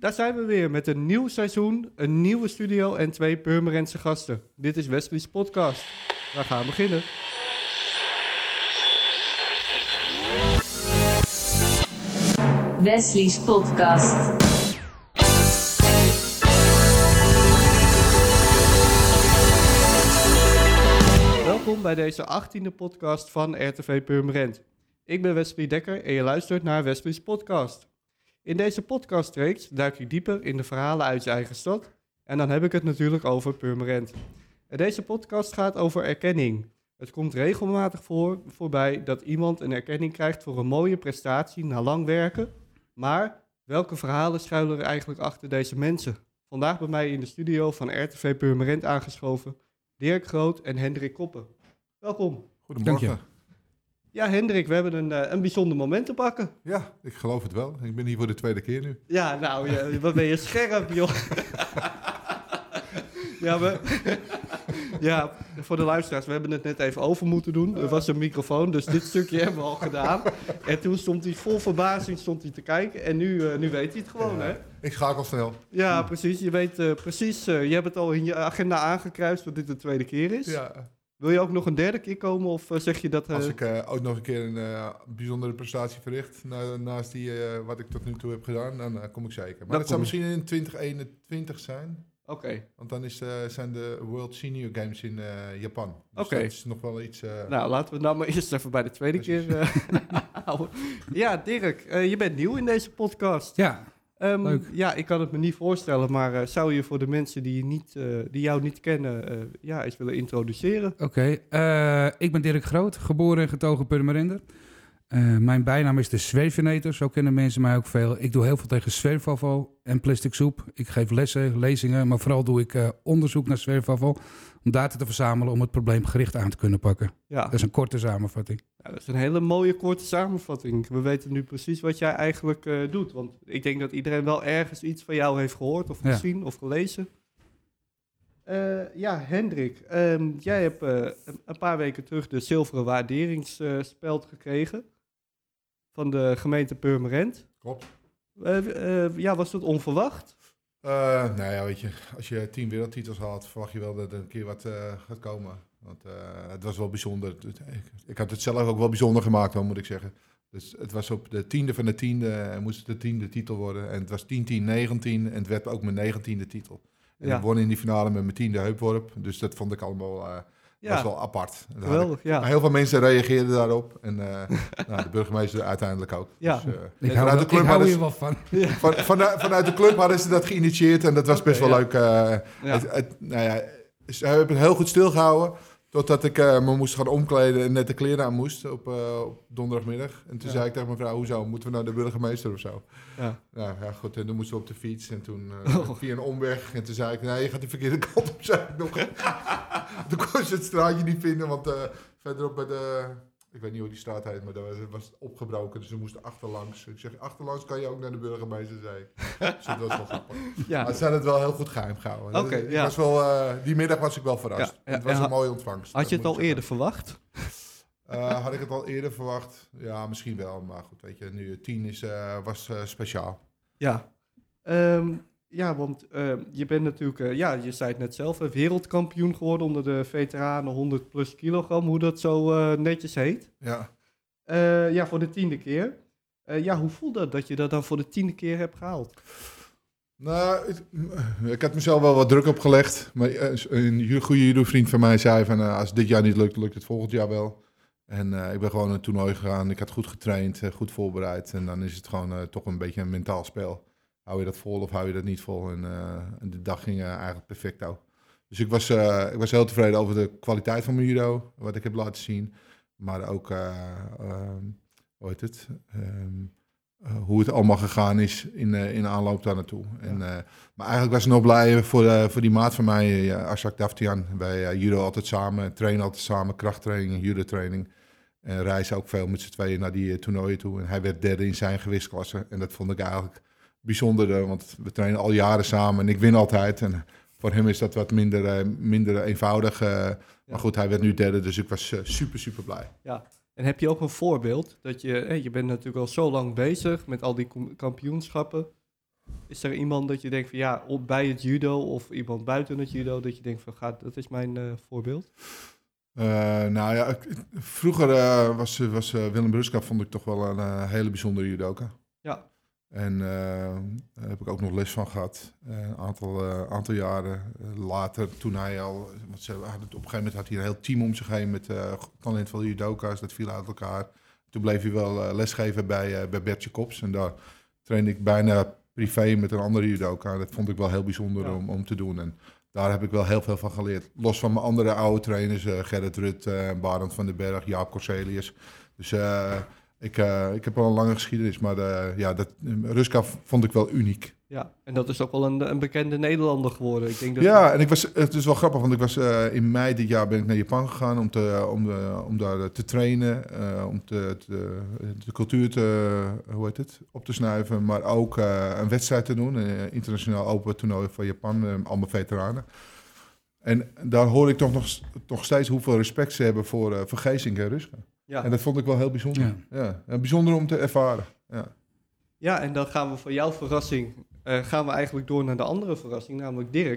Daar zijn we weer met een nieuw seizoen, een nieuwe studio en 2 Purmerendse gasten. Dit is Wesley's podcast. We gaan beginnen. Wesley's podcast. Welkom bij deze 18e podcast van RTV Purmerend. Ik ben Wesley Dekker en je luistert naar Wesley's podcast. In deze podcastreeks duik ik dieper in de verhalen uit je eigen stad. En dan heb ik het natuurlijk over Purmerend. En deze podcast gaat over erkenning. Het komt regelmatig voorbij dat iemand een erkenning krijgt voor een mooie prestatie na lang werken. Maar welke verhalen schuilen er eigenlijk achter deze mensen? Vandaag bij mij in de studio van RTV Purmerend aangeschoven Dirk Groot en Hendrik Koppen. Welkom. Goedemorgen. Ja, Hendrik, we hebben een bijzonder moment te pakken. Ja, ik geloof het wel. Ik ben hier voor de tweede keer nu. Ja, nou, wat ben je scherp, joh. Ja, voor de luisteraars, we hebben het net even over moeten doen. Er was een microfoon, dus dit stukje hebben we al gedaan. En toen stond hij vol verbazing te kijken. En nu weet hij het gewoon, hè? Ik schakel snel. Ja, precies. Je weet precies. Je hebt het al in je agenda aangekruist dat dit de tweede keer is. Ja. Wil je ook nog een derde keer komen of zeg je dat... Als ik ook nog een keer een bijzondere prestatie verricht, naast die wat ik tot nu toe heb gedaan, dan kom ik zeker. Maar het zou misschien in 2021 zijn. Oké. Want dan zijn de World Senior Games in Japan. Dus Oké. dat is nog wel iets... Nou, laten we het nou maar eerst even bij de tweede keer houden. Ja, Dirk, je bent nieuw in deze podcast. Ja, leuk. Ja, ik kan het me niet voorstellen, maar zou je voor de mensen die jou niet kennen, eens willen introduceren? Oké. Ik ben Dirk Groot, geboren en getogen Purmerender. Mijn bijnaam is de zweefveneter, zo kennen mensen mij ook veel. Ik doe heel veel tegen zwerfafval en plastic soep. Ik geef lessen, lezingen, maar vooral doe ik onderzoek naar zwerfafval. Om data te verzamelen om het probleem gericht aan te kunnen pakken. Ja. Dat is een korte samenvatting. Ja, dat is een hele mooie korte samenvatting. We weten nu precies wat jij eigenlijk doet. Want ik denk dat iedereen wel ergens iets van jou heeft gehoord of gezien of gelezen. Ja, Hendrik, jij hebt een paar weken terug de zilveren waarderingsspeld gekregen van de gemeente Purmerend. Klopt. Ja, was dat onverwacht? Nou ja, weet je, als je 10 wereldtitels haalt, verwacht je wel dat er een keer wat gaat komen. Want het was wel bijzonder. Ik had het zelf ook wel bijzonder gemaakt, hoor, moet ik zeggen. Dus het was op de 10e van de 10e en moest het de 10e titel worden. En het was 10-10-19 en het werd ook mijn 19e titel. En ik won in die finale met mijn 10e heupworp. Dus dat vond ik allemaal was wel apart. Geweldig, ja. Maar heel veel mensen reageerden daarop. En de burgemeester uiteindelijk ook. Ja. Dus, Ik hou hier wel van. Vanuit de club hadden ze dat geïnitieerd. En dat was best wel leuk. Ze hebben het heel goed stilgehouden. Totdat ik me moest gaan omkleden en net de kleren aan moest op donderdagmiddag. En toen zei ik tegen mijn vrouw, hoezo, moeten we naar de burgemeester of zo? Ja. Nou ja, goed, en toen moesten we op de fiets en toen via een omweg. En toen zei ik, nee, je gaat de verkeerde kant op, zei ik nog. Toen kon ze het straatje niet vinden, want verderop bij de... Ik weet niet hoe die straat heet, maar dat was opgebroken. Dus we moesten achterlangs. Ik zeg, achterlangs kan je ook naar de burgemeester, zei ik. Dus dat was wel grappig. Ja. Maar ze hadden het wel heel goed geheim gehouden. Was wel, die middag was ik wel verrast. Ja. Het was een mooie ontvangst. Had je het al eerder verwacht? Had ik het al eerder verwacht? Ja, misschien wel. Maar goed, weet je, nu 10 was speciaal. Ja. Ja, want je bent natuurlijk, je zei het net zelf, wereldkampioen geworden onder de veteranen 100 plus kilogram, hoe dat zo netjes heet. Ja. Ja, voor de 10e keer. Hoe voelt dat je dat dan voor de 10e keer hebt gehaald? Nou, ik had mezelf wel wat druk opgelegd. Maar een goede judo-vriend van mij zei van, als dit jaar niet lukt, lukt het volgend jaar wel. En ik ben gewoon naar een toernooi gegaan. Ik had goed getraind, goed voorbereid. En dan is het gewoon toch een beetje een mentaal spel. Hou je dat vol of hou je dat niet vol? En de dag ging eigenlijk perfect ook. Dus ik was heel tevreden over de kwaliteit van mijn judo, wat ik heb laten zien. Maar ook, hoe het allemaal gegaan is in aanloop daar naartoe. En, maar eigenlijk was ik nog blij voor die maat van mij, Ashak Daftian. Wij judo altijd samen, trainen altijd samen, krachttraining, judo-training. En reizen ook veel met z'n tweeën naar die toernooien toe. En hij werd derde in zijn gewichtsklasse. En dat vond ik eigenlijk bijzonder, want we trainen al jaren samen en ik win altijd. En voor hem is dat wat minder eenvoudig. Maar goed, hij werd nu derde, dus ik was super blij. Ja, en heb je ook een voorbeeld dat je bent natuurlijk al zo lang bezig met al die kampioenschappen. Is er iemand dat je denkt van bij het judo of iemand buiten het judo, dat je denkt van dat is mijn voorbeeld? Vroeger was Willem Ruska, vond ik toch wel een hele bijzondere judoka. Ja. En daar heb ik ook nog les van gehad. Een aantal jaren later, toen hij al... op een gegeven moment had hij een heel team om zich heen met talentvolle judoka's. Dat viel uit elkaar. Toen bleef hij wel lesgeven bij Bertje Kops. En daar trainde ik bijna privé met een andere judoka. Dat vond ik wel heel bijzonder om te doen. En daar heb ik wel heel veel van geleerd. Los van mijn andere oude trainers, Gerrit Rut, Barend van den Berg, Jaap Corselius. Dus ik heb al een lange geschiedenis, maar Ruska vond ik wel uniek. Ja, en dat is ook wel een bekende Nederlander geworden. Ik denk dat en het is wel grappig, want ik was in mei dit jaar ben ik naar Japan gegaan om daar te trainen, om de cultuur op te snuiven, maar ook een wedstrijd te doen, een internationaal open toernooi van Japan, allemaal veteranen. En daar hoor ik toch nog steeds hoeveel respect ze hebben voor Geesink en Ruska. Ja. En dat vond ik wel heel bijzonder. Ja. Bijzonder om te ervaren. Ja, en dan gaan we van jouw verrassing gaan we eigenlijk door naar de andere verrassing, namelijk Dirk.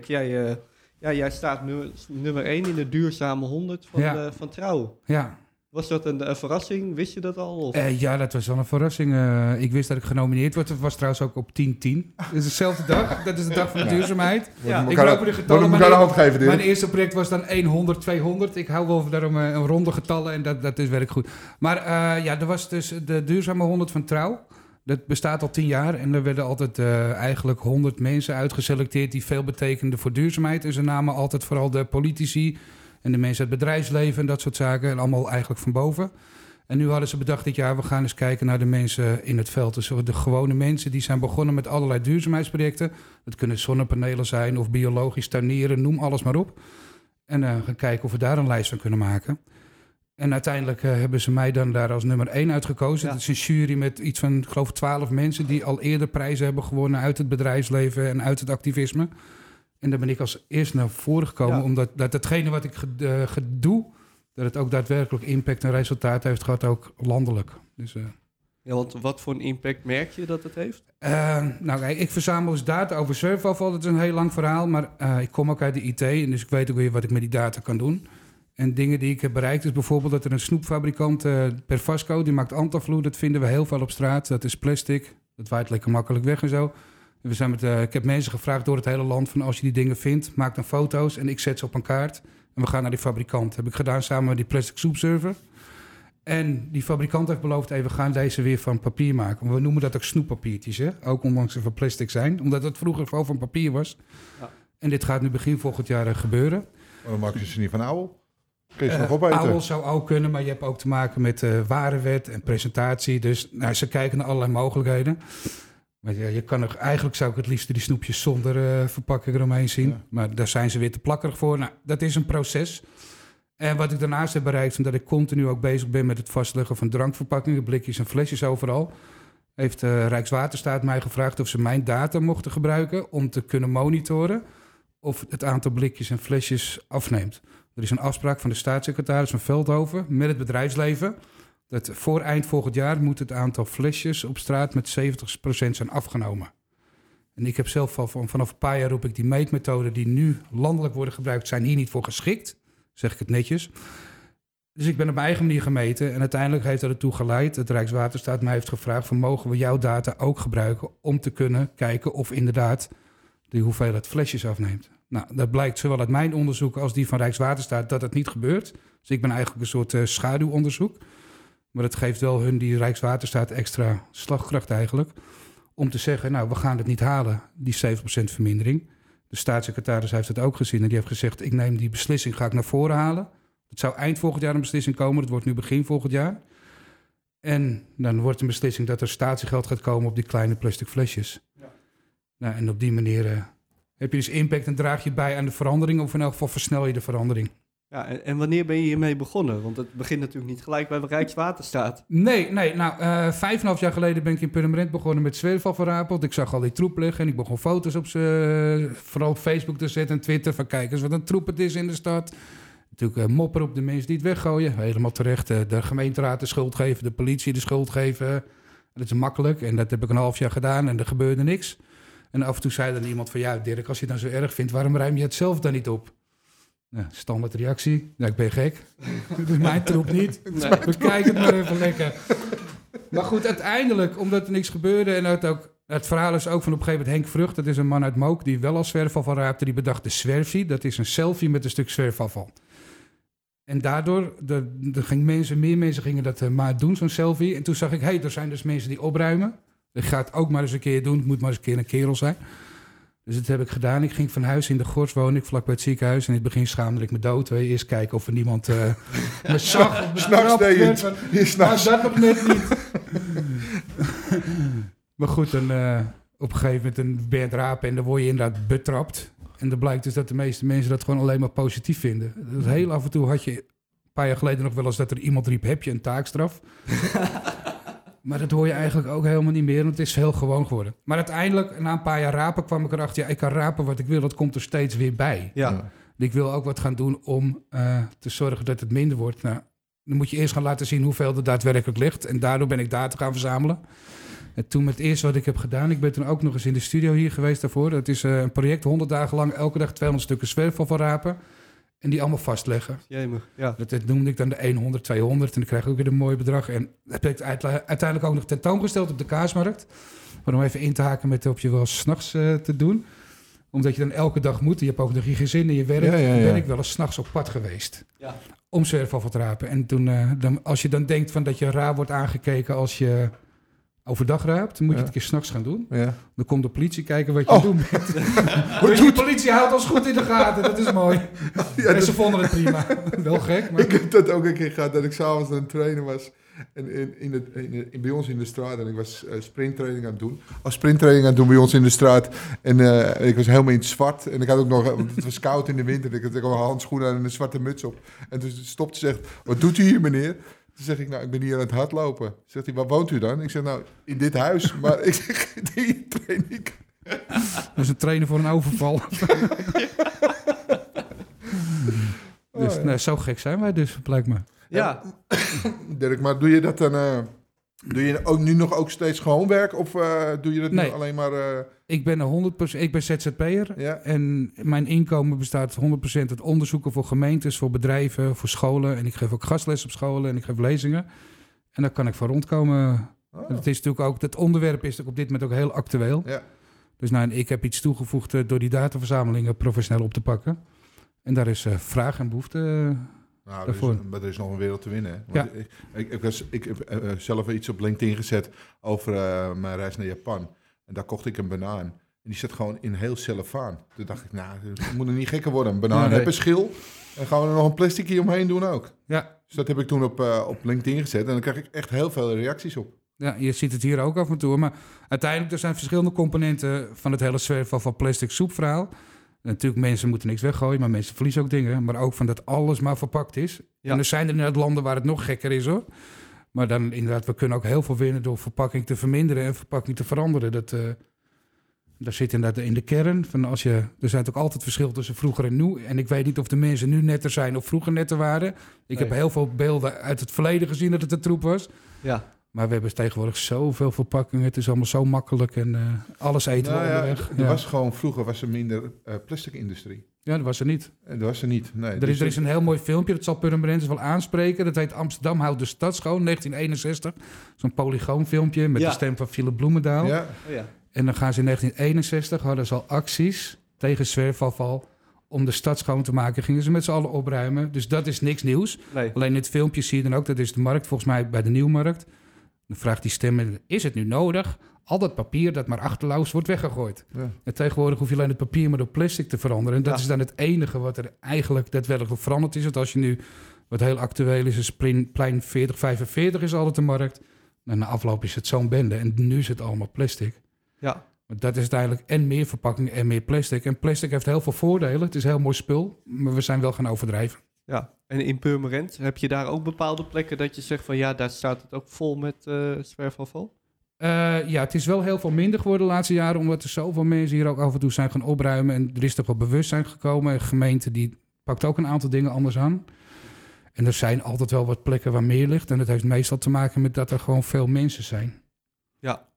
Jij staat nummer 1 in de duurzame 100 van Trouw. Ja. Was dat een verrassing? Wist je dat al? Ja, dat was wel een verrassing. Ik wist dat ik genomineerd werd. Het was trouwens ook op 10-10. Dat is dezelfde dag. Dat is de dag van de duurzaamheid. Ik loop de getallen. Mijn eerste project was dan 100, 200. Ik hou wel daarom een ronde getallen en dat is werk goed. Maar er was dus de duurzame 100 van Trouw. Dat bestaat al 10 jaar en er werden altijd eigenlijk 100 mensen uitgeselecteerd die veel betekenden voor duurzaamheid. En ze namen altijd vooral de politici en de mensen uit het bedrijfsleven en dat soort zaken. En allemaal eigenlijk van boven. En nu hadden ze bedacht dit jaar, we gaan eens kijken naar de mensen in het veld. Dus de gewone mensen die zijn begonnen met allerlei duurzaamheidsprojecten. Dat kunnen zonnepanelen zijn of biologisch tuinieren, noem alles maar op. En gaan kijken of we daar een lijst van kunnen maken. En uiteindelijk hebben ze mij dan daar als nummer 1 uitgekozen. Ja. Dat is een jury met iets van, ik geloof 12 mensen die al eerder prijzen hebben gewonnen uit het bedrijfsleven en uit het activisme. En daar ben ik als eerste naar voren gekomen, omdat hetgene wat ik doe, dat het ook daadwerkelijk impact en resultaat heeft gehad, ook landelijk. Dus, ja, want wat voor een impact merk je dat het heeft? Kijk, ik verzamel dus data over surfafval. Dat is een heel lang verhaal, maar ik kom ook uit de IT en dus ik weet ook weer wat ik met die data kan doen. En dingen die ik heb bereikt is bijvoorbeeld dat er een snoepfabrikant, Perfasco, die maakt Antafloe. Dat vinden we heel veel op straat. Dat is plastic. Dat waait lekker makkelijk weg en zo. En ik heb mensen gevraagd door het hele land van als je die dingen vindt, maak dan foto's en ik zet ze op een kaart. En we gaan naar die fabrikant. Dat heb ik gedaan samen met die plastic soepserver. En die fabrikant heeft beloofd, we gaan deze weer van papier maken. We noemen dat ook snoeppapiertjes, hè? Ook ondanks ze van plastic zijn. Omdat het vroeger vooral van papier was. Ja. En dit gaat nu begin volgend jaar gebeuren. Waarom maken ze niet van ouwel? Kun je ze nog opeten? Ouwel zou ook kunnen, maar je hebt ook te maken met warenwet en presentatie. Dus ze kijken naar allerlei mogelijkheden. Maar je kan eigenlijk zou ik het liefst die snoepjes zonder verpakking eromheen zien. Ja. Maar daar zijn ze weer te plakkerig voor. Nou, dat is een proces. En wat ik daarnaast heb bereikt, is dat ik continu ook bezig ben met het vastleggen van drankverpakkingen, blikjes en flesjes overal. Heeft Rijkswaterstaat mij gevraagd of ze mijn data mochten gebruiken om te kunnen monitoren of het aantal blikjes en flesjes afneemt. Er is een afspraak van de staatssecretaris van Veldhoven met het bedrijfsleven dat voor eind volgend jaar moet het aantal flesjes op straat met 70% zijn afgenomen. En ik heb zelf al vanaf een paar jaar roep ik die meetmethoden die nu landelijk worden gebruikt, zijn hier niet voor geschikt. Zeg ik het netjes. Dus ik ben op mijn eigen manier gemeten en uiteindelijk heeft dat ertoe geleid dat Rijkswaterstaat mij heeft gevraagd van mogen we jouw data ook gebruiken om te kunnen kijken of inderdaad die hoeveelheid flesjes afneemt. Nou, dat blijkt zowel uit mijn onderzoek als die van Rijkswaterstaat dat het niet gebeurt. Dus ik ben eigenlijk een soort schaduwonderzoek. Maar het geeft wel hun, die Rijkswaterstaat, extra slagkracht eigenlijk om te zeggen, nou, we gaan het niet halen, die 70% vermindering. De staatssecretaris heeft het ook gezien en die heeft gezegd, ik neem die beslissing, ga ik naar voren halen. Het zou eind volgend jaar een beslissing komen, dat wordt nu begin volgend jaar. En dan wordt een beslissing dat er statiegeld gaat komen op die kleine plastic flesjes. Ja. Nou, en op die manier heb je dus impact en draag je bij aan de verandering, of in elk geval versnel je de verandering. Ja, en wanneer ben je hiermee begonnen? Want het begint natuurlijk niet gelijk bij Rijkswaterstaat. Nee. Nou, 5,5 jaar geleden ben ik in Purmerend begonnen met zwerfafvalverrapeld. Ik zag al die troep liggen en ik begon foto's vooral op Facebook te zetten en Twitter van kijk eens wat een troep het is in de stad. Natuurlijk mopper op de mensen die het weggooien. Helemaal terecht. De gemeenteraad de schuld geven, de politie de schuld geven. Dat is makkelijk en dat heb ik een half jaar gedaan en er gebeurde niks. En af en toe zei dan iemand van... ja, Dirk, als je het dan zo erg vindt... waarom ruim je het zelf dan niet op? Nou, standaard reactie. Ja, ik ben gek. Het is mijn troep niet. Nee. Bekijk het maar even lekker. Maar goed, uiteindelijk, omdat er niks gebeurde... en het verhaal is ook van op een gegeven moment Henk Vrucht... dat is een man uit Mook die wel als zwerfafval raapte... die bedacht de Zwerfie. Dat is een selfie met een stuk zwerfafval. En daardoor, meer mensen gingen dat maar doen, zo'n selfie. En toen zag ik, er zijn dus mensen die opruimen. Ik ga het ook maar eens een keer doen. Het moet maar eens een keer een kerel zijn. Dus dat heb ik gedaan. Ik ging van huis in de Gors wonen, ik vlakbij het ziekenhuis. En in het begin schaamde ik me dood. Eerst kijken of er niemand me zag. Of me s'nachts deed je het. Maar dat nog net niet. Maar goed, dan, op een gegeven moment een Bernd rapen en dan word je inderdaad betrapt. En dan blijkt dus dat de meeste mensen dat gewoon alleen maar positief vinden. Dus heel af en toe had je een paar jaar geleden nog wel eens dat er iemand riep, heb je een taakstraf? Maar dat hoor je eigenlijk ook helemaal niet meer, want het is heel gewoon geworden. Maar uiteindelijk, na een paar jaar rapen, kwam ik erachter... ja, ik kan rapen wat ik wil, dat komt er steeds weer bij. Ja. Ik wil ook wat gaan doen om te zorgen dat het minder wordt. Nou, dan moet je eerst gaan laten zien hoeveel er daadwerkelijk ligt. En daardoor ben ik data gaan verzamelen. En toen met het eerste wat ik heb gedaan... ik ben toen ook nog eens in de studio hier geweest daarvoor. Dat is een project, 100 dagen lang, elke dag 200 stukken zwerfafval rapen... en die allemaal vastleggen. Jemig, ja. Dat noemde ik dan de 100, 200 en dan krijg ik ook weer een mooi bedrag. En dat heb ik uiteindelijk ook nog tentoongesteld op de Kaasmarkt. Maar om even in te haken met op je wel 's nachts te doen. Omdat je dan elke dag moet. Je hebt ook nog je gezin en je werk. Ja. Dan ben ik wel eens 's nachts op pad geweest. Ja. Om zwerfafval te rapen. En toen, als je dan denkt van dat je raar wordt aangekeken als je overdag raapt, dan moet je het een keer 's nachts gaan doen. Ja. Dan komt de politie kijken wat je aan het doen bent. Dus de politie houdt ons goed in de gaten, dat is mooi. Ja, en ze vonden het prima. Wel gek, maar... Ik heb dat ook een keer gehad, dat ik s'avonds aan het trainen was. En bij ons in de straat. En ik was sprinttraining aan het doen. Sprinttraining aan het doen bij ons in de straat. En ik was helemaal in het zwart. En ik had ook nog... Het was koud in de winter. Ik had ook nog handschoenen aan en een zwarte muts op. En toen stopte ze, zegt, wat doet u hier, meneer? Toen zeg ik, ik ben hier aan het hardlopen. Zegt hij, waar woont u dan? Ik zeg, in dit huis. Maar ik zeg, hier train ik. Dat is een trainer voor een overval. Dus zo gek zijn wij dus, blijkbaar. Ja. Dirk, maar doe je dat dan... doe je ook nu nog ook steeds gewoon werk? Of doe je dat nu alleen maar... Ik ben 100%, ik ben ZZP'er. Ja. En mijn inkomen bestaat 100% uit onderzoeken voor gemeentes, voor bedrijven, voor scholen. En ik geef ook gastles op scholen en ik geef lezingen. En daar kan ik van rondkomen. Oh. Het is natuurlijk ook, het onderwerp is op dit moment ook heel actueel. Ja. Dus ik heb iets toegevoegd door die dataverzamelingen professioneel op te pakken. En daar is vraag en behoefte... maar er is nog een wereld te winnen. Hè? Want ik heb zelf iets op LinkedIn gezet over mijn reis naar Japan. En daar kocht ik een banaan. En die zat gewoon in heel cellofaan. Toen dacht ik, het moet er niet gekker worden. Een banaan heb een schil. En gaan we er nog een plasticje omheen doen ook. Ja. Dus dat heb ik toen op LinkedIn gezet. En dan krijg ik echt heel veel reacties op. Ja, je ziet het hier ook af en toe. Maar uiteindelijk, er zijn verschillende componenten van het hele zwerfafval van plastic soepverhaal. Natuurlijk, mensen moeten niks weggooien, maar mensen verliezen ook dingen. Maar ook van dat alles maar verpakt is. Ja. En er zijn er inderdaad landen waar het nog gekker is, hoor. Maar dan inderdaad, we kunnen ook heel veel winnen door verpakking te verminderen en verpakking te veranderen. Daar zit inderdaad in de kern. Van er zijn ook altijd verschil tussen vroeger en nu. En ik weet niet of de mensen nu netter zijn of vroeger netter waren. Ik heb heel veel beelden uit het verleden gezien dat het een troep was. Ja. Maar we hebben tegenwoordig zoveel verpakkingen. Het is allemaal zo makkelijk en alles eten we onderweg. Vroeger was er minder plastic industrie. Ja, dat was er niet. Dat was er niet, nee. Er is een heel mooi filmpje, dat zal Purmerend wel aanspreken. Dat heet Amsterdam houdt de stad schoon, 1961. Zo'n polygoonfilmpje met de stem van Philip Bloemendaal. Ja. Oh, ja. En dan gaan ze in 1961, hadden ze al acties tegen zwerfafval. Om de stad schoon te maken, gingen ze met z'n allen opruimen. Dus dat is niks nieuws. Nee. Alleen in het filmpje zie je dan ook, dat is de markt, volgens mij bij de Nieuwmarkt. Dan vraagt die stem, is het nu nodig? Al dat papier dat maar achterloos wordt weggegooid. Ja. En tegenwoordig hoef je alleen het papier maar door plastic te veranderen. En dat is dan het enige wat er eigenlijk daadwerkelijk veranderd is. Want als je nu, wat heel actueel is, een plein 4045 is altijd de markt. En na afloop is het zo'n bende. En nu is het allemaal plastic. Ja. Maar dat is uiteindelijk en meer verpakking en meer plastic. En plastic heeft heel veel voordelen. Het is een heel mooi spul, maar we zijn wel gaan overdrijven. Ja, en in Purmerend, heb je daar ook bepaalde plekken dat je zegt van ja, daar staat het ook vol met zwerfafval? Ja, het is wel heel veel minder geworden de laatste jaren, omdat er zoveel mensen hier ook af en toe zijn gaan opruimen. En er is toch wel bewustzijn gekomen. Een gemeente die pakt ook een aantal dingen anders aan. En er zijn altijd wel wat plekken waar meer ligt. En dat heeft meestal te maken met dat er gewoon veel mensen zijn. Ja.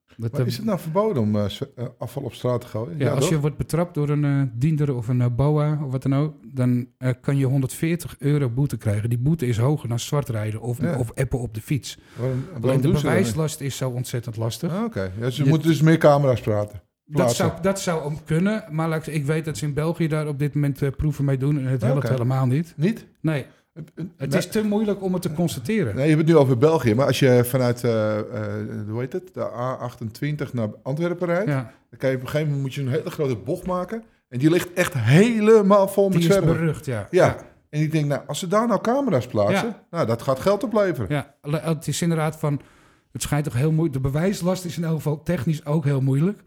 Maar is het nou verboden om afval op straat te gooien? Ja, als je wordt betrapt door een diender of een BOA of wat dan ook, dan kan je €140 boete krijgen. Die boete is hoger dan zwart rijden of appen op de fiets. Alleen de bewijslast is zo ontzettend lastig. Oké. Ja, ze moeten dus meer camera's praten. Dat zou kunnen, maar ik weet dat ze in België daar op dit moment proeven mee doen en het helpt helemaal niet. Niet? Nee. Het is te moeilijk om het te constateren. Nee, je hebt het nu over België, maar als je vanuit hoe heet het, de A28 naar Antwerpen rijdt, dan kan je op een gegeven moment moet je een hele grote bocht maken en die ligt echt helemaal vol met zwerven. Die is berucht, ja. En ik denk, nou, als ze daar nou camera's plaatsen, nou, dat gaat geld opleveren. Ja, het is inderdaad van, het schijnt toch heel moeilijk. De bewijslast is in elk geval technisch ook heel moeilijk.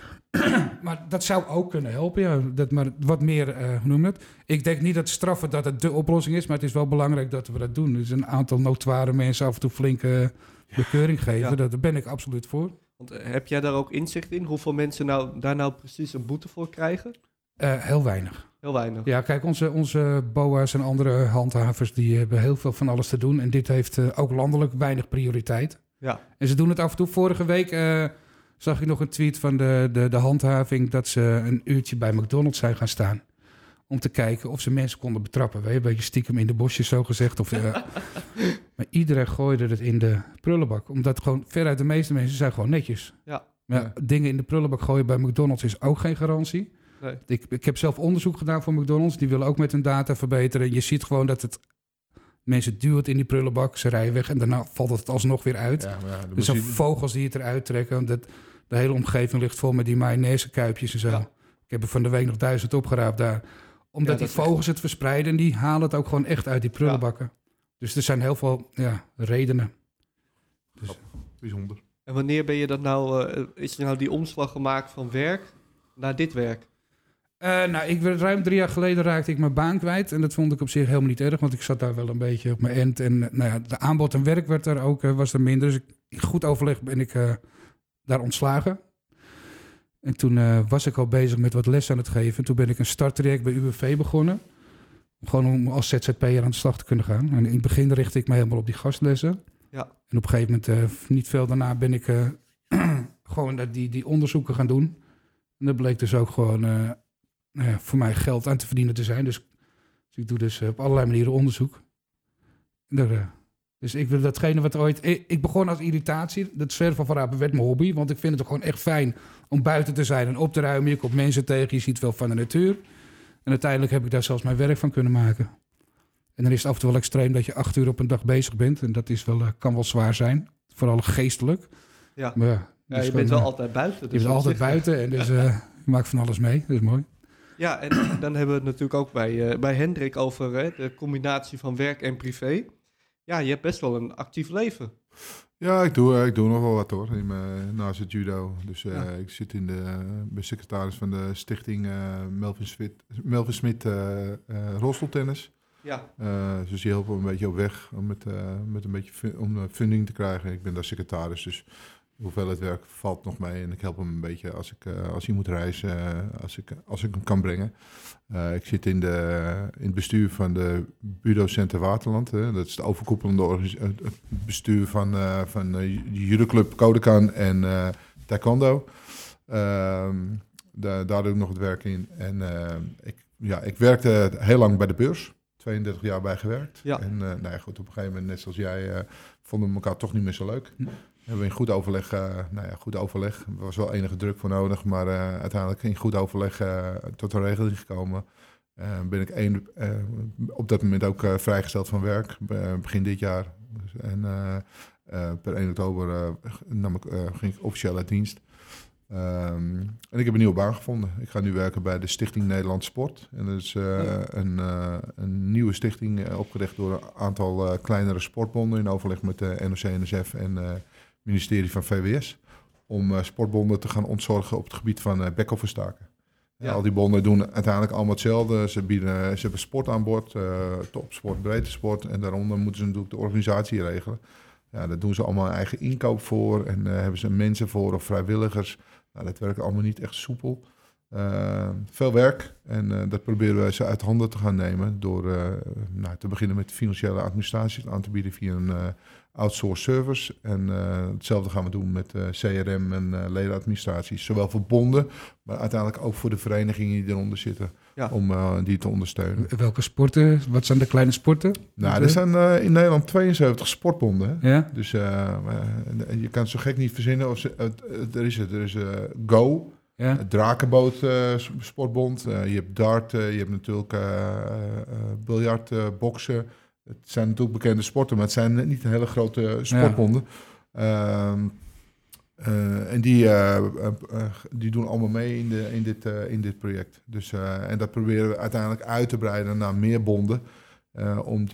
Maar dat zou ook kunnen helpen, ja. Maar wat meer, hoe noem je het? Ik denk niet dat straffen dat het de oplossing is, maar het is wel belangrijk dat we dat doen. Dus een aantal notoire mensen af en toe flinke bekeuring geven. Ja. Daar ben ik absoluut voor. Want heb jij daar ook inzicht in? Hoeveel mensen daar nou precies een boete voor krijgen? Heel weinig. Heel weinig? Ja, kijk, onze BOA's en andere handhavers, die hebben heel veel van alles te doen. En dit heeft ook landelijk weinig prioriteit. Ja. En ze doen het af en toe. Vorige week zag ik nog een tweet van de handhaving dat ze een uurtje bij McDonald's zijn gaan staan. Om te kijken of ze mensen konden betrappen. Weet je, een beetje stiekem in de bosjes zo gezegd. Maar iedereen gooide het in de prullenbak. Omdat gewoon veruit de meeste mensen zijn gewoon netjes. Ja. Maar dingen in de prullenbak gooien bij McDonald's is ook geen garantie. Nee. Ik heb zelf onderzoek gedaan voor McDonald's. Die willen ook met hun data verbeteren. Je ziet gewoon dat het mensen duwen het in die prullenbak. Ze rijden weg en daarna valt het alsnog weer uit. Ja, dus zijn vogels die het eruit trekken. De hele omgeving ligt vol met die mayonaise kuipjes en zo. Ja. Ik heb er van de week nog 1000 opgeraapt daar. Omdat die vogels het verspreiden en die halen het ook gewoon echt uit die prullenbakken. Ja. Dus er zijn heel veel redenen. Dus. Bijzonder. En wanneer ben je dat nou, is er nou die omslag gemaakt van werk naar dit werk? Ruim 3 jaar geleden raakte ik mijn baan kwijt. En dat vond ik op zich helemaal niet erg, want ik zat daar wel een beetje op mijn end. En de aanbod en werk was er minder. Dus in goed overleg ben ik daar ontslagen. En toen was ik al bezig met wat les aan het geven. En toen ben ik een starttraject bij UWV begonnen. Gewoon om als ZZP'er aan de slag te kunnen gaan. En in het begin richtte ik me helemaal op die gastlessen. Ja. En op een gegeven moment, niet veel daarna, ben ik gewoon die onderzoeken gaan doen. En dat bleek dus ook gewoon voor mij geld aan te verdienen te zijn. Dus ik doe dus op allerlei manieren onderzoek. Dus ik wil datgene wat ooit... Ik begon als irritatie. Dat zwerven van rapen werd mijn hobby. Want ik vind het ook gewoon echt fijn om buiten te zijn en op te ruimen. Je komt mensen tegen, je ziet veel van de natuur. En uiteindelijk heb ik daar zelfs mijn werk van kunnen maken. En dan is het af en toe wel extreem dat je 8 uur op een dag bezig bent. En dat is kan wel zwaar zijn. Vooral geestelijk. Ja, maar je bent wel altijd buiten. Dus je bent altijd buiten en dus je maakt van alles mee. Dat is mooi. Ja, en dan hebben we het natuurlijk ook bij Hendrik over de combinatie van werk en privé. Ja, je hebt best wel een actief leven. Ja, ik doe nog wel wat hoor, naast het judo. Dus ik zit ben secretaris van de stichting Melvin Smit rolstoeltennis. Ja. Dus die helpen een beetje op weg om met een beetje om funding te krijgen. Ik ben daar secretaris, dus de hoeveelheid werk valt nog mee. En ik help hem een beetje als hij moet reizen, als ik hem kan brengen. Ik zit in het bestuur van de Budo Center Waterland. Dat is de overkoepelende bestuur van de judoclub Kodokan en taekwondo. Daar doe ik nog het werk in. En ik werkte heel lang bij de beurs. 32 jaar bij gewerkt. Ja. En goed, op een gegeven moment, net zoals jij, vonden we elkaar toch niet meer zo leuk. Hebben we in goed overleg, er was wel enige druk voor nodig, maar uiteindelijk in goed overleg tot een regeling gekomen. Ben ik op dat moment ook vrijgesteld van werk, begin dit jaar. En per 1 oktober ging ik officieel uit dienst. En ik heb een nieuwe baan gevonden. Ik ga nu werken bij de Stichting Nederland Sport. En dat is een nieuwe stichting opgericht door een aantal kleinere sportbonden in overleg met de NOC-NSF en het ministerie van VWS. Om sportbonden te gaan ontzorgen op het gebied van back-office-taken. Ja. Al die bonden doen uiteindelijk allemaal hetzelfde. Ze hebben sport aan boord, topsport, breedte sport. En daaronder moeten ze natuurlijk de organisatie regelen. Ja, daar doen ze allemaal eigen inkoop voor en hebben ze mensen voor of vrijwilligers. Nou, dat werkt allemaal niet echt soepel. Veel werk en dat proberen wij ze uit handen te gaan nemen door te beginnen met de financiële administratie aan te bieden via een outsourced service. En hetzelfde gaan we doen met CRM en ledenadministratie, zowel voor bonden, maar uiteindelijk ook voor de verenigingen die eronder zitten, om die te ondersteunen. Welke sporten? Wat zijn de kleine sporten? Nou, er zijn in Nederland 72 sportbonden. Hè? Ja? Dus je kan het zo gek niet verzinnen. Er is Go. Ja. Drakenboot sportbond. Je hebt dart, je hebt natuurlijk biljart, boksen. Het zijn natuurlijk bekende sporten, maar het zijn niet hele grote sportbonden. Ja. En die doen allemaal mee in dit project. Dus, en dat proberen we uiteindelijk uit te breiden naar meer bonden. Om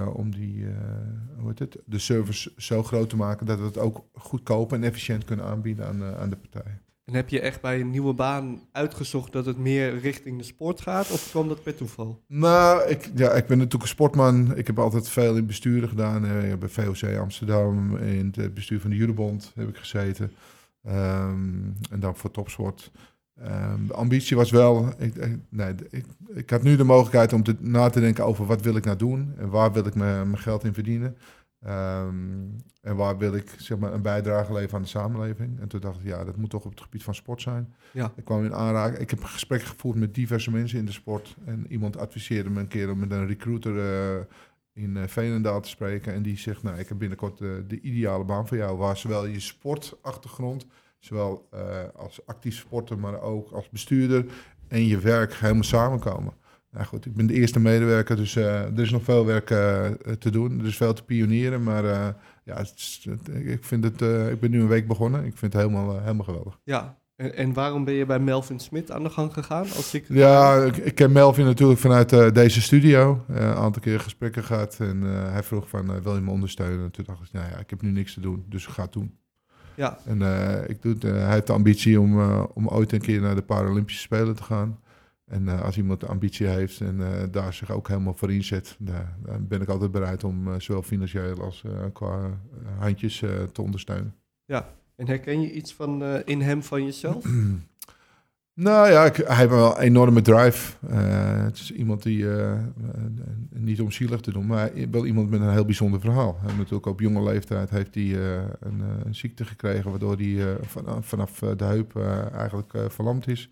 de service zo groot te maken dat we het ook goedkoop en efficiënt kunnen aanbieden aan de partijen. En heb je echt bij een nieuwe baan uitgezocht dat het meer richting de sport gaat? Of kwam dat per toeval? Nou, ik ben natuurlijk een sportman. Ik heb altijd veel in besturen gedaan. Bij VOC Amsterdam, in het bestuur van de Judebond heb ik gezeten. En dan voor topsport. De ambitie was wel... Ik had nu de mogelijkheid om na te denken over wat wil ik nou doen. En waar wil ik mijn geld in verdienen. En waar wil ik een bijdrage leveren aan de samenleving. En toen dacht ik, dat moet toch op het gebied van sport zijn. Ja. Ik kwam in aanraking. Ik heb gesprekken gevoerd met diverse mensen in de sport. En iemand adviseerde me een keer om met een recruiter in Veenendaal te spreken. En die zegt, ik heb binnenkort de ideale baan voor jou. Waar zowel je sportachtergrond, zowel als actief sporter, maar ook als bestuurder en je werk helemaal samenkomen. Nou goed, ik ben de eerste medewerker, dus er is nog veel werk te doen. Er is veel te pionieren, maar ik ben nu een week begonnen. Ik vind het helemaal geweldig. Ja, en waarom ben je bij Melvin Smit aan de gang gegaan? Ik ken Melvin natuurlijk vanuit deze studio. Een aantal keer gesprekken gehad en hij vroeg van, wil je me ondersteunen? En toen dacht ik, ik heb nu niks te doen, dus ik ga het doen. Ja. En hij heeft de ambitie om ooit een keer naar de Paralympische Spelen te gaan. En als iemand de ambitie heeft en daar zich ook helemaal voor inzet, dan ben ik altijd bereid om zowel financieel als qua handjes te ondersteunen. Ja, en herken je iets in hem van jezelf? Hij heeft wel een enorme drive. Het is iemand die, niet om zielig te doen, maar wel iemand met een heel bijzonder verhaal. En natuurlijk op jonge leeftijd heeft hij een ziekte gekregen, waardoor hij vanaf de heup eigenlijk verlamd is.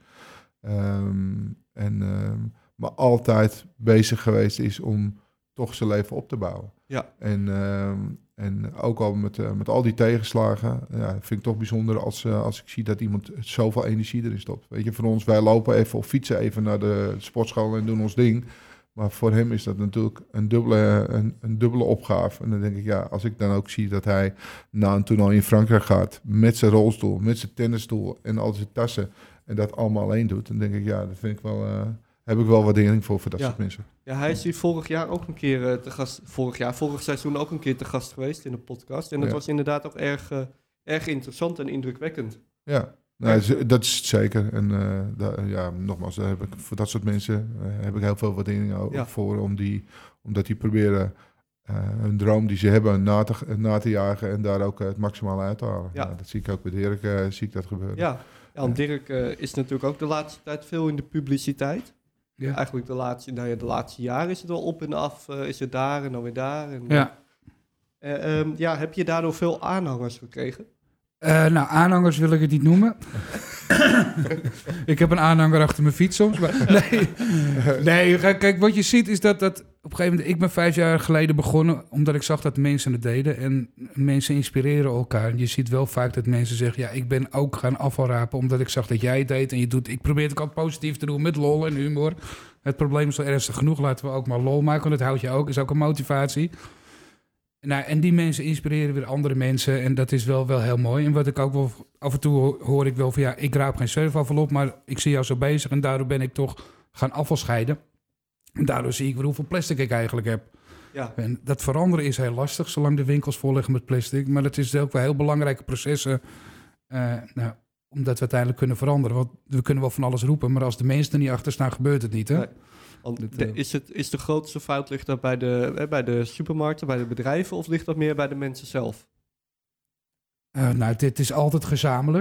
Maar altijd bezig geweest is om toch zijn leven op te bouwen. Ja. En ook al met al die tegenslagen, vind ik toch bijzonder als ik zie dat iemand zoveel energie erin stopt. Weet je, voor ons, wij lopen even of fietsen even naar de sportschool en doen ons ding. Maar voor hem is dat natuurlijk een dubbele opgave. En dan denk ik, als ik dan ook zie dat hij na een toernooi in Frankrijk gaat, met zijn rolstoel, met zijn tennisstoel en al zijn tassen, en dat allemaal alleen doet, dan denk ik, dat vind ik wel, heb ik wel waardering voor dat soort mensen. Ja, hij is hier vorig jaar ook een keer te gast, vorig seizoen ook een keer te gast geweest in de podcast. En dat was inderdaad ook erg interessant en indrukwekkend. Ja, dat is het zeker. En nogmaals, daar heb ik, voor dat soort mensen heb ik heel veel waardering voor, omdat die proberen hun droom die ze hebben na te jagen en daar ook het maximale uit te halen. Ja. Dat zie ik ook bij Dirk, zie ik dat gebeuren. Ja. Ja, Dirk is natuurlijk ook de laatste tijd veel in de publiciteit. Ja. Eigenlijk de laatste jaren is het wel op en af. Is het daar en dan weer daar. Heb je daardoor veel aanhangers gekregen? Aanhangers wil ik het niet noemen. Ik heb een aanhanger achter mijn fiets soms. Maar nee, kijk, wat je ziet is dat op een gegeven moment... Ik ben 5 jaar geleden begonnen omdat ik zag dat mensen het deden. En mensen inspireren elkaar. En je ziet wel vaak dat mensen zeggen... ik ben ook gaan afvalrapen omdat ik zag dat jij het deed. En ik probeer het ook positief te doen met lol en humor. Het probleem is wel ernstig genoeg. Laten we ook maar lol maken, want dat houdt je ook. Is ook een motivatie. En die mensen inspireren weer andere mensen. En dat is wel heel mooi. En wat ik ook wel af en toe hoor ik wel van... ik raap geen surfafval op, maar ik zie jou zo bezig. En daardoor ben ik toch gaan afval scheiden. En daardoor zie ik weer hoeveel plastic ik eigenlijk heb. Ja. En dat veranderen is heel lastig, zolang de winkels vol liggen met plastic. Maar het is ook wel heel belangrijke processen... omdat we uiteindelijk kunnen veranderen. Want we kunnen wel van alles roepen... maar als de mensen er niet achter staan, gebeurt het niet, hè? Nee. Is de grootste fout, ligt dat bij de supermarkten, bij de bedrijven... of ligt dat meer bij de mensen zelf? Dit is altijd gezamenlijk.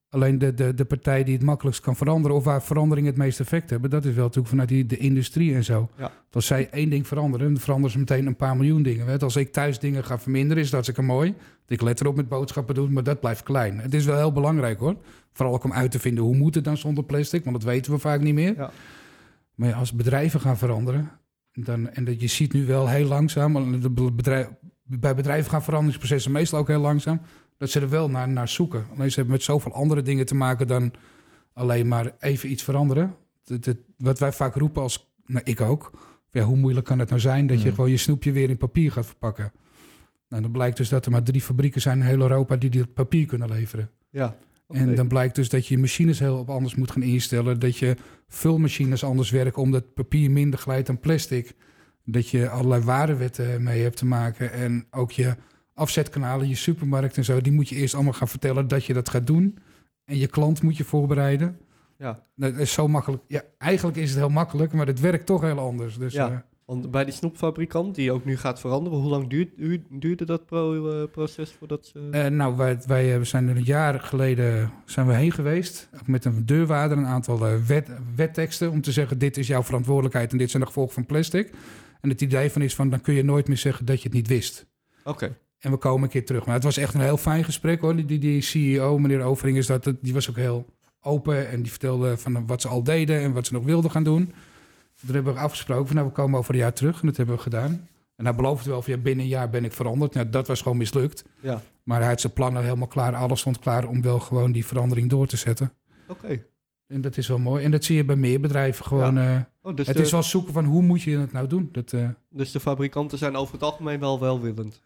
Alleen de partij die het makkelijkst kan veranderen... of waar veranderingen het meeste effect hebben... dat is wel natuurlijk vanuit de industrie en zo. Ja. Als zij 1 ding veranderen... dan veranderen ze meteen een paar miljoen dingen. Weet? Als ik thuis dingen ga verminderen... is dat hartstikke mooi. Ik let erop met boodschappen doen... maar dat blijft klein. Het is wel heel belangrijk hoor. Vooral ook om uit te vinden... hoe moet het dan zonder plastic? Want dat weten we vaak niet meer. Ja. Maar ja, als bedrijven gaan veranderen... je ziet nu wel heel langzaam... bij bedrijven gaan veranderingsprocessen meestal ook heel langzaam... dat ze er wel naar zoeken. Alleen ze hebben met zoveel andere dingen te maken... dan alleen maar even iets veranderen. Wat wij vaak roepen als... nou, ik ook. Ja, hoe moeilijk kan het nou zijn... dat je gewoon je snoepje weer in papier gaat verpakken? Nou, dan blijkt dus dat er maar 3 fabrieken zijn in heel Europa... die dit papier kunnen leveren. Ja. Okay. En dan blijkt dus dat je machines heel op anders moet gaan instellen. Dat je vulmachines anders werken... omdat papier minder glijdt dan plastic. Dat je allerlei warenwetten mee hebt te maken. En ook je... afzetkanalen, je supermarkt en zo... die moet je eerst allemaal gaan vertellen dat je dat gaat doen. En je klant moet je voorbereiden. Ja. Dat is zo makkelijk. Ja, eigenlijk is het heel makkelijk, maar het werkt toch heel anders. Dus, ja, want bij die snoepfabrikant, die ook nu gaat veranderen... hoe lang duurde dat proces voordat ze... wij zijn er een jaar geleden zijn we heen geweest... ook met een deurwaarder, een aantal wetteksten... om te zeggen, dit is jouw verantwoordelijkheid... en dit zijn de gevolgen van plastic. En het idee van is van, dan kun je nooit meer zeggen dat je het niet wist. Oké. En we komen een keer terug. Maar het was echt een heel fijn gesprek hoor. Die CEO, meneer Overing, die was ook heel open. En die vertelde van wat ze al deden en wat ze nog wilden gaan doen. Daar hebben we afgesproken van, we komen over een jaar terug. En dat hebben we gedaan. En hij beloofde wel van, binnen een jaar ben ik veranderd. Nou, dat was gewoon mislukt. Ja. Maar hij had zijn plannen helemaal klaar. Alles stond klaar om wel gewoon die verandering door te zetten. Oké. En dat is wel mooi. En dat zie je bij meer bedrijven gewoon. Ja. Dus het is wel zoeken van, hoe moet je het nou doen? Dus de fabrikanten zijn over het algemeen wel welwillend?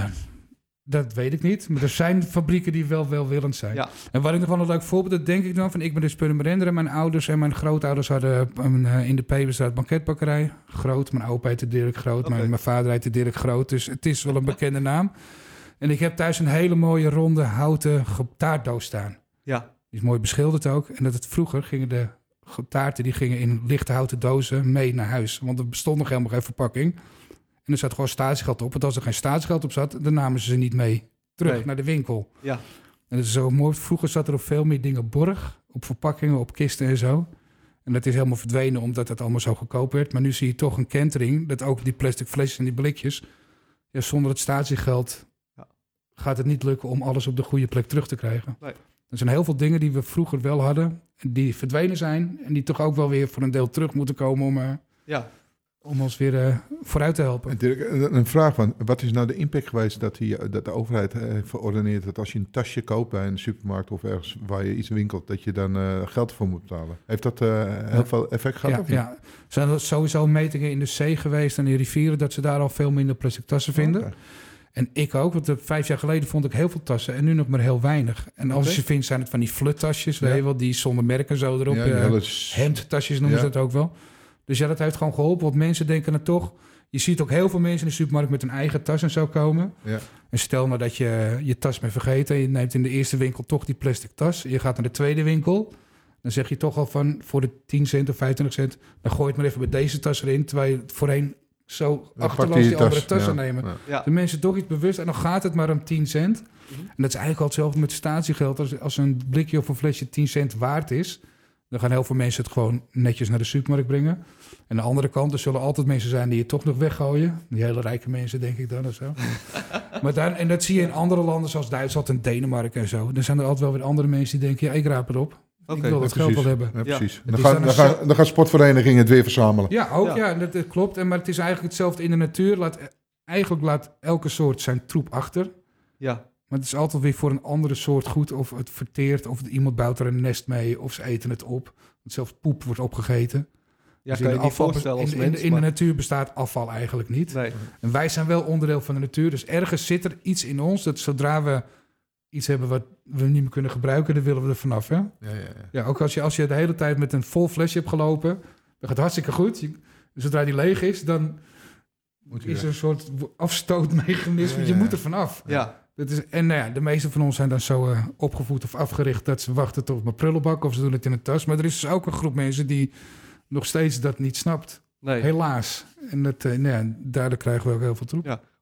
Dat weet ik niet. Maar er zijn fabrieken die wel welwillend zijn. Ja. En wat ik nog wel een leuk voorbeeld, dat denk ik dan van... ik ben dus Purmerender en mijn ouders en mijn grootouders hadden... in de Peperstraat banketbakkerij. Groot, mijn opa heette Dirk Groot. Okay. Mijn vader heette Dirk Groot. Dus het is wel een bekende naam. En ik heb thuis een hele mooie ronde houten taartdoos staan. Ja. Die is mooi beschilderd ook. En dat het vroeger gingen de taarten... die gingen in lichte houten dozen mee naar huis. Want er bestond nog helemaal geen verpakking... En er zat gewoon statiegeld op. Want als er geen statiegeld op zat, dan namen ze niet mee terug naar de winkel. Ja. En dat is zo mooi. Vroeger zat er op veel meer dingen borg. Op verpakkingen, op kisten en zo. En dat is helemaal verdwenen omdat het allemaal zo goedkoop werd. Maar nu zie je toch een kentering. Dat ook die plastic flesjes en die blikjes. Ja, zonder het statiegeld gaat het niet lukken om alles op de goede plek terug te krijgen. Nee. Er zijn heel veel dingen die we vroeger wel hadden. Die verdwenen zijn. En die toch ook wel weer voor een deel terug moeten komen om ons weer vooruit te helpen. Dirk, een vraag van, wat is nou de impact geweest dat de overheid verordeneert dat als je een tasje koopt bij een supermarkt of ergens waar je iets winkelt, dat je dan geld voor moet betalen? Heeft dat heel veel effect gehad? Ja. Zijn er sowieso metingen in de zee geweest en in rivieren dat ze daar al veel minder plastic tassen vinden? Okay. En ik ook, want 5 jaar geleden vond ik heel veel tassen en nu nog maar heel weinig. En als je vindt, zijn het van die fluttasjes, weet je wel, die zonder merken zo erop. Hemdtasjes noemen ze dat ook wel. Dus ja, dat heeft gewoon geholpen, want mensen denken het toch. Je ziet ook heel veel mensen in de supermarkt met een eigen tas en zo komen. Ja. En stel nou dat je je tas bent vergeten... en je neemt in de eerste winkel toch die plastic tas. Je gaat naar de tweede winkel. Dan zeg je toch al van voor de 10 cent of 25 cent... dan gooi je het maar even bij deze tas erin... terwijl je voorheen zo achterloos die andere tas aan nemen. Ja. De mensen toch iets bewust en dan gaat het maar om 10 cent. Mm-hmm. En dat is eigenlijk al hetzelfde met statiegeld. Als een blikje of een flesje 10 cent waard is... dan gaan heel veel mensen het gewoon netjes naar de supermarkt brengen. En aan de andere kant, er zullen altijd mensen zijn die het toch nog weggooien. Die hele rijke mensen, denk ik dan, of zo. En dat zie je in andere landen, zoals Duitsland en Denemarken en zo. Dan zijn er altijd wel weer andere mensen die denken... ja, ik raap erop. Ik wil dat geld wel hebben. Ja, precies. Ja. Dan gaan sportverenigingen het weer verzamelen. Ja, ook. Ja, dat klopt. Maar het is eigenlijk hetzelfde in de natuur. Eigenlijk laat elke soort zijn troep achter. Ja. Maar het is altijd weer voor een andere soort goed. Of het verteert, of iemand bouwt er een nest mee, of ze eten het op. Want zelfs poep wordt opgegeten. Ja, dus kan je niet voorstellen als mens. In de natuur bestaat afval eigenlijk niet. Nee. En wij zijn wel onderdeel van de natuur. Dus ergens zit er iets in ons, dat zodra we iets hebben wat we niet meer kunnen gebruiken, dan willen we er vanaf. Hè? Ja, ook als je de hele tijd met een vol flesje hebt gelopen, dat gaat hartstikke goed. Zodra die leeg is, dan is er een soort afstootmechanisme. Je moet er vanaf. Ja. De meeste van ons zijn dan zo opgevoed of afgericht dat ze wachten tot op een prullenbak of ze doen het in een tas. Maar er is dus ook een groep mensen die nog steeds dat niet snapt. Nee. Helaas. En daardoor krijgen we ook heel veel troep. Ja.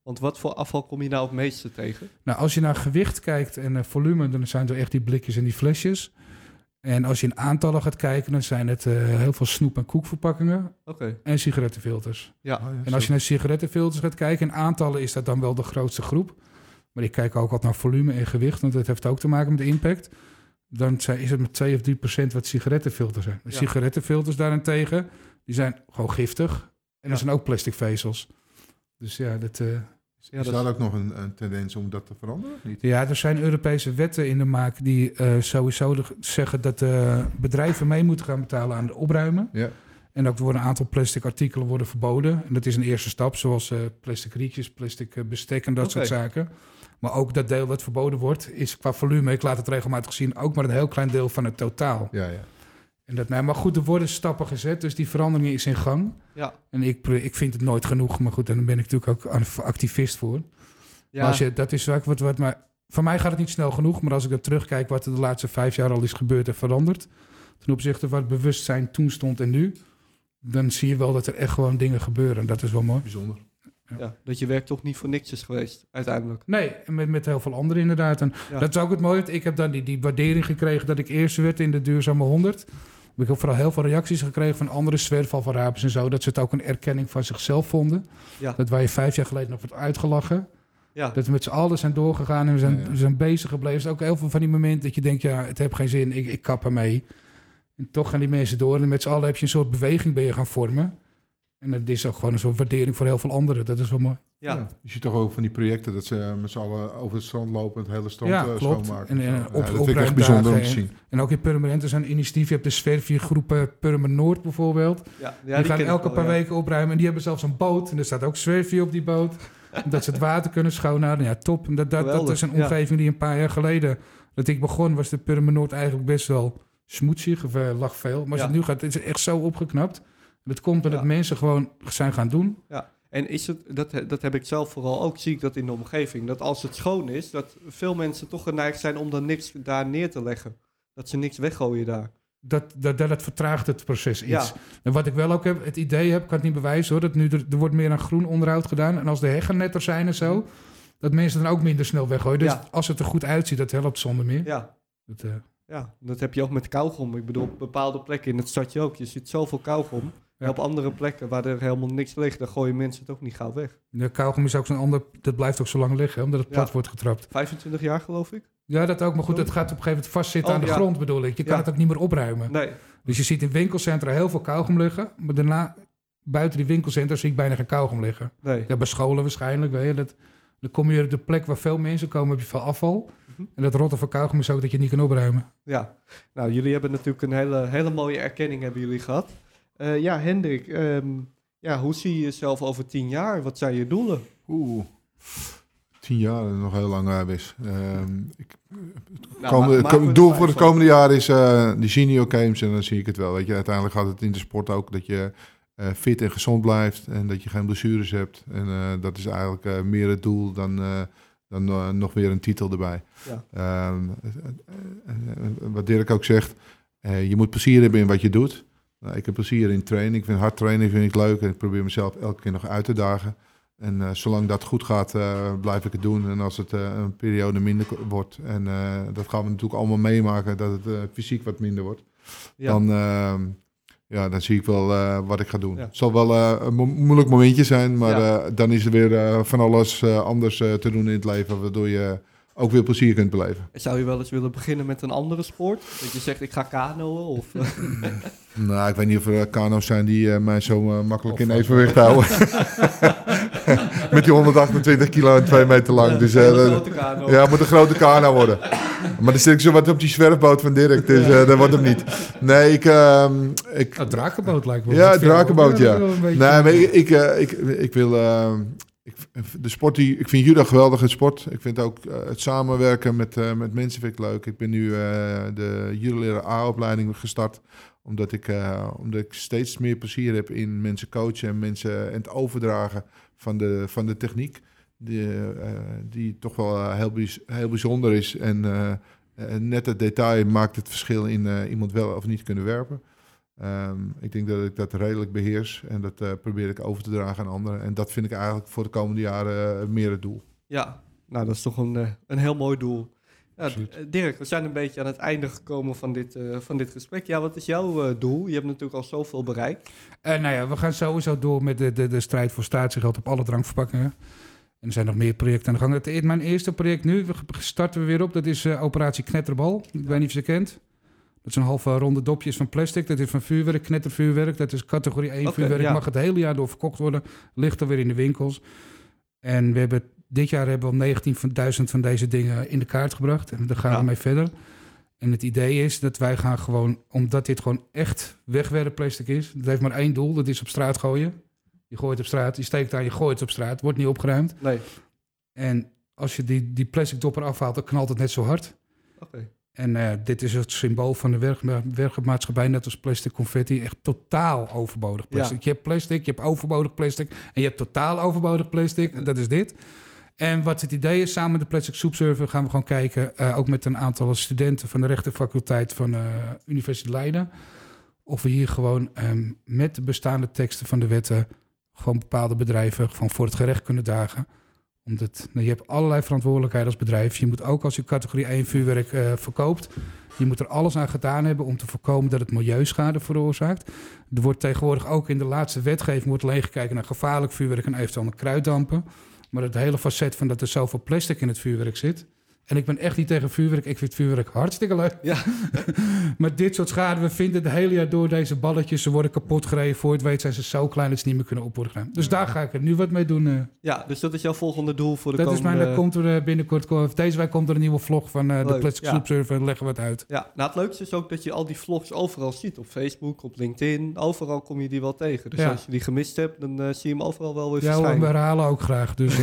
Want wat voor afval kom je nou het meeste tegen? Nou, als je naar gewicht kijkt en volume, dan zijn er echt die blikjes en die flesjes. En als je in aantallen gaat kijken, dan zijn het heel veel snoep- en koekverpakkingen en sigarettenfilters. Ja. En als je naar sigarettenfilters gaat kijken, in aantallen is dat dan wel de grootste groep. Maar ik kijk ook altijd naar volume en gewicht, want dat heeft ook te maken met de impact. Dan is het met 2 of 3% wat sigarettenfilters zijn. De sigarettenfilters daarentegen, die zijn gewoon giftig. En er zijn ook plastic vezels. Dus ja, dat... Is daar ook nog een tendens om dat te veranderen? Niet? Ja, er zijn Europese wetten in de maak die sowieso zeggen dat bedrijven mee moeten gaan betalen aan het opruimen. Ja. En ook er worden een aantal plastic artikelen worden verboden. En dat is een eerste stap, zoals plastic rietjes, plastic bestek en dat soort zaken. Maar ook dat deel dat verboden wordt, is qua volume, ik laat het regelmatig zien, ook maar een heel klein deel van het totaal. Ja. En maar goed, er worden stappen gezet, dus die verandering is in gang. Ja. En ik vind het nooit genoeg, maar goed, en daar ben ik natuurlijk ook activist voor. Ja. Maar dat is wat maar voor mij gaat het niet snel genoeg, maar als ik dan terugkijk wat er de laatste 5 jaar al is gebeurd en veranderd, ten opzichte van het bewustzijn toen stond en nu, dan zie je wel dat er echt gewoon dingen gebeuren. En dat is wel mooi. Bijzonder. Ja, dat je werk toch niet voor niks is geweest, uiteindelijk. Nee, en met heel veel anderen inderdaad. En dat is ook het mooie. Ik heb dan die waardering gekregen dat ik eerste werd in de Duurzame 100. Ik heb vooral heel veel reacties gekregen van andere zwerfvalverrapers en zo. Dat ze het ook een erkenning van zichzelf vonden. Ja. Dat waar je 5 jaar geleden nog wordt uitgelachen. Ja. Dat we met z'n allen zijn doorgegaan en we zijn bezig gebleven. Er is ook heel veel van die momenten dat je denkt, ja, het heeft geen zin, ik kap ermee. En toch gaan die mensen door. En met z'n allen heb je een soort beweging ben je gaan vormen. En dat is ook gewoon een soort waardering voor heel veel anderen. Dat is wel mooi. Ja. Je ziet toch ook van die projecten dat ze met z'n allen over het strand lopen en het hele strand schoonmaken. En dat vind ik echt bijzonder om te zien. En ook in Purmerend is een initiatief. Je hebt de zwerfviergroep Purmer Noord bijvoorbeeld. Die gaan elke paar weken opruimen. En die hebben zelfs een boot. En er staat ook zwerfvier op die boot. Dat ze het water kunnen schoonhouden. Ja, top. En dat is een omgeving die een paar jaar geleden dat ik begon, was de Purmer Noord eigenlijk best wel smoetsig. Of lag veel. Maar als het nu gaat, is het echt zo opgeknapt. Dat komt omdat mensen gewoon zijn gaan doen. Ja. En is het, dat heb ik zelf vooral ook, zie ik dat in de omgeving. Dat als het schoon is, dat veel mensen toch geneigd zijn om dan niks daar neer te leggen. Dat ze niks weggooien daar. Dat vertraagt het proces iets. Ja. En wat ik wel ook heb, het idee heb, ik kan het niet bewijzen hoor, dat nu er wordt meer aan groen onderhoud gedaan. En als de heggen netter zijn en zo, dat mensen dan ook minder snel weggooien. Dus als het er goed uitziet, dat helpt zonder meer. Ja. Dat heb je ook met kauwgom. Ik bedoel, op bepaalde plekken in het stadje ook. Je ziet zoveel kauwgom. Ja. Op andere plekken waar er helemaal niks ligt, dan gooien mensen het ook niet gauw weg. De kauwgom is ook zo'n ander, dat blijft ook zo lang liggen, omdat het plat wordt getrapt. 25 jaar geloof ik? Ja, dat ook. Maar goed, het gaat op een gegeven moment vastzitten aan de grond, bedoel ik. Je kan het ook niet meer opruimen. Nee. Dus je ziet in winkelcentra heel veel kauwgom liggen, maar daarna, buiten die winkelcentra, zie ik bijna geen kauwgom liggen. Nee. Ja, bij scholen waarschijnlijk, weet je. Dan kom je op de plek waar veel mensen komen, heb je veel afval. En dat rotte van kauwgom is ook dat je het niet kan opruimen. Ja, nou, jullie hebben natuurlijk een hele mooie erkenning hebben jullie gehad. Hendrik, hoe zie je jezelf over 10 jaar? Wat zijn je doelen? 10 jaar, nog heel lang weg. Het doel voor het komende jaar is de Senior Games en dan zie ik het wel. Weet je, uiteindelijk gaat het in de sport ook dat je fit en gezond blijft en dat je geen blessures hebt. En dat is eigenlijk meer het doel dan nog weer een titel erbij. Ja. Wat Dirk ook zegt, je moet plezier hebben in wat je doet. Ik heb plezier in trainen. Ik vind hard trainen vind ik leuk. En ik probeer mezelf elke keer nog uit te dagen. En zolang dat goed gaat, blijf ik het doen. En als het een periode minder wordt... en dat gaan we natuurlijk allemaal meemaken... dat het fysiek wat minder wordt... dan zie ik wel wat ik ga doen. Ja. Het zal wel een moeilijk momentje zijn... maar dan is er weer van alles anders te doen in het leven... waardoor je ook weer plezier kunt beleven. Zou je wel eens willen beginnen met een andere sport? Dat je zegt, ik ga kanoën? Of Nou, ik weet niet of er kano's zijn die mij zo makkelijk in evenwicht houden. Met die 128 kilo en 2 meter lang. Dus, het moet een grote kano worden. Maar dan zit ik zo wat op die zwerfboot van Dirk, dus dat wordt hem niet. Nee, een drakenboot lijkt me. Ja, een drakenboot, ja. Nee, maar ik wil... de sport ik vind judo een geweldige sport. Ik vind ook het samenwerken met mensen vind ik leuk. Ik ben nu de judo-leraar A-opleiding gestart. Omdat ik steeds meer plezier heb in mensen coachen en mensen en het overdragen van de techniek. Die toch wel heel bijzonder is. En net het detail maakt het verschil in iemand wel of niet kunnen werpen. Ik denk dat ik dat redelijk beheers en dat probeer ik over te dragen aan anderen. En dat vind ik eigenlijk voor de komende jaren meer het doel. Ja, nou dat is toch een heel mooi doel. Ja, Dirk, we zijn een beetje aan het einde gekomen van dit gesprek. Ja, wat is jouw doel? Je hebt natuurlijk al zoveel bereikt. We gaan sowieso door met de strijd voor statiegeld op alle drankverpakkingen. En er zijn nog meer projecten aan de gang. Mijn eerste project nu, starten we weer op, dat is Operatie Knetterbal. Ik weet niet of je ze kent. Dat zijn halve ronde dopjes van plastic. Dat is van vuurwerk, knettervuurwerk. Dat is categorie 1 vuurwerk. Ja. Mag het hele jaar door verkocht worden. Ligt er weer in de winkels. En dit jaar hebben we al 19.000 van deze dingen in de kaart gebracht. En daar gaan we mee verder. En het idee is dat wij gaan gewoon, omdat dit gewoon echt wegwerpplastic is. Het heeft maar één doel, dat is op straat gooien. Je gooit op straat, je steekt aan, je gooit het op straat. Wordt niet opgeruimd. Nee. En als je die plastic dopper afhaalt, dan knalt het net zo hard. Oké. En dit is het symbool van de werkmaatschappij, net als plastic confetti. Echt totaal overbodig plastic. Ja. Je hebt plastic, je hebt overbodig plastic en je hebt totaal overbodig plastic. En dat is dit. En wat het idee is, samen met de Plastic Soup Server gaan we gewoon kijken, ook met een aantal studenten van de rechtenfaculteit van Universiteit Leiden, of we hier gewoon met de bestaande teksten van de wetten gewoon bepaalde bedrijven gewoon voor het gerecht kunnen dagen. Omdat je hebt allerlei verantwoordelijkheid als bedrijf. Je moet ook als je categorie 1 vuurwerk verkoopt, je moet er alles aan gedaan hebben om te voorkomen dat het milieuschade veroorzaakt. Er wordt tegenwoordig ook in de laatste wetgeving alleen gekeken naar gevaarlijk vuurwerk en eventueel naar kruiddampen. Maar het hele facet van dat er zoveel plastic in het vuurwerk zit. En ik ben echt niet tegen vuurwerk. Ik vind vuurwerk hartstikke leuk. Ja. Maar dit soort schade, we vinden het hele jaar door deze balletjes. Ze worden kapot gereden. Voor het weet zijn ze zo klein dat ze niet meer kunnen op worden gedaan. Dus daar ga ik er nu wat mee doen. Ja, dus dat is jouw volgende doel voor de komende... Dat komt er binnenkort... Deze week komt er een nieuwe vlog van de Plastic Soup Server en leggen we het uit. Ja, nou het leukste is ook dat je al die vlogs overal ziet. Op Facebook, op LinkedIn. Overal kom je die wel tegen. Dus als je die gemist hebt, dan zie je hem overal wel weer verschijnen. Ja, we herhalen ook graag. Dus,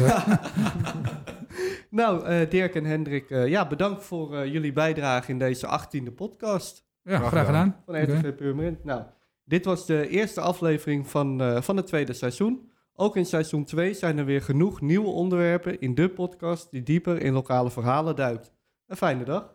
Nou, Dirk en Hendrik, bedankt voor jullie bijdrage in deze 18e podcast. Ja, graag gedaan. Van RTV Purmerend. Nou, dit was de eerste aflevering van het tweede seizoen. Ook in seizoen 2 zijn er weer genoeg nieuwe onderwerpen in de podcast die dieper in lokale verhalen duikt. Een fijne dag.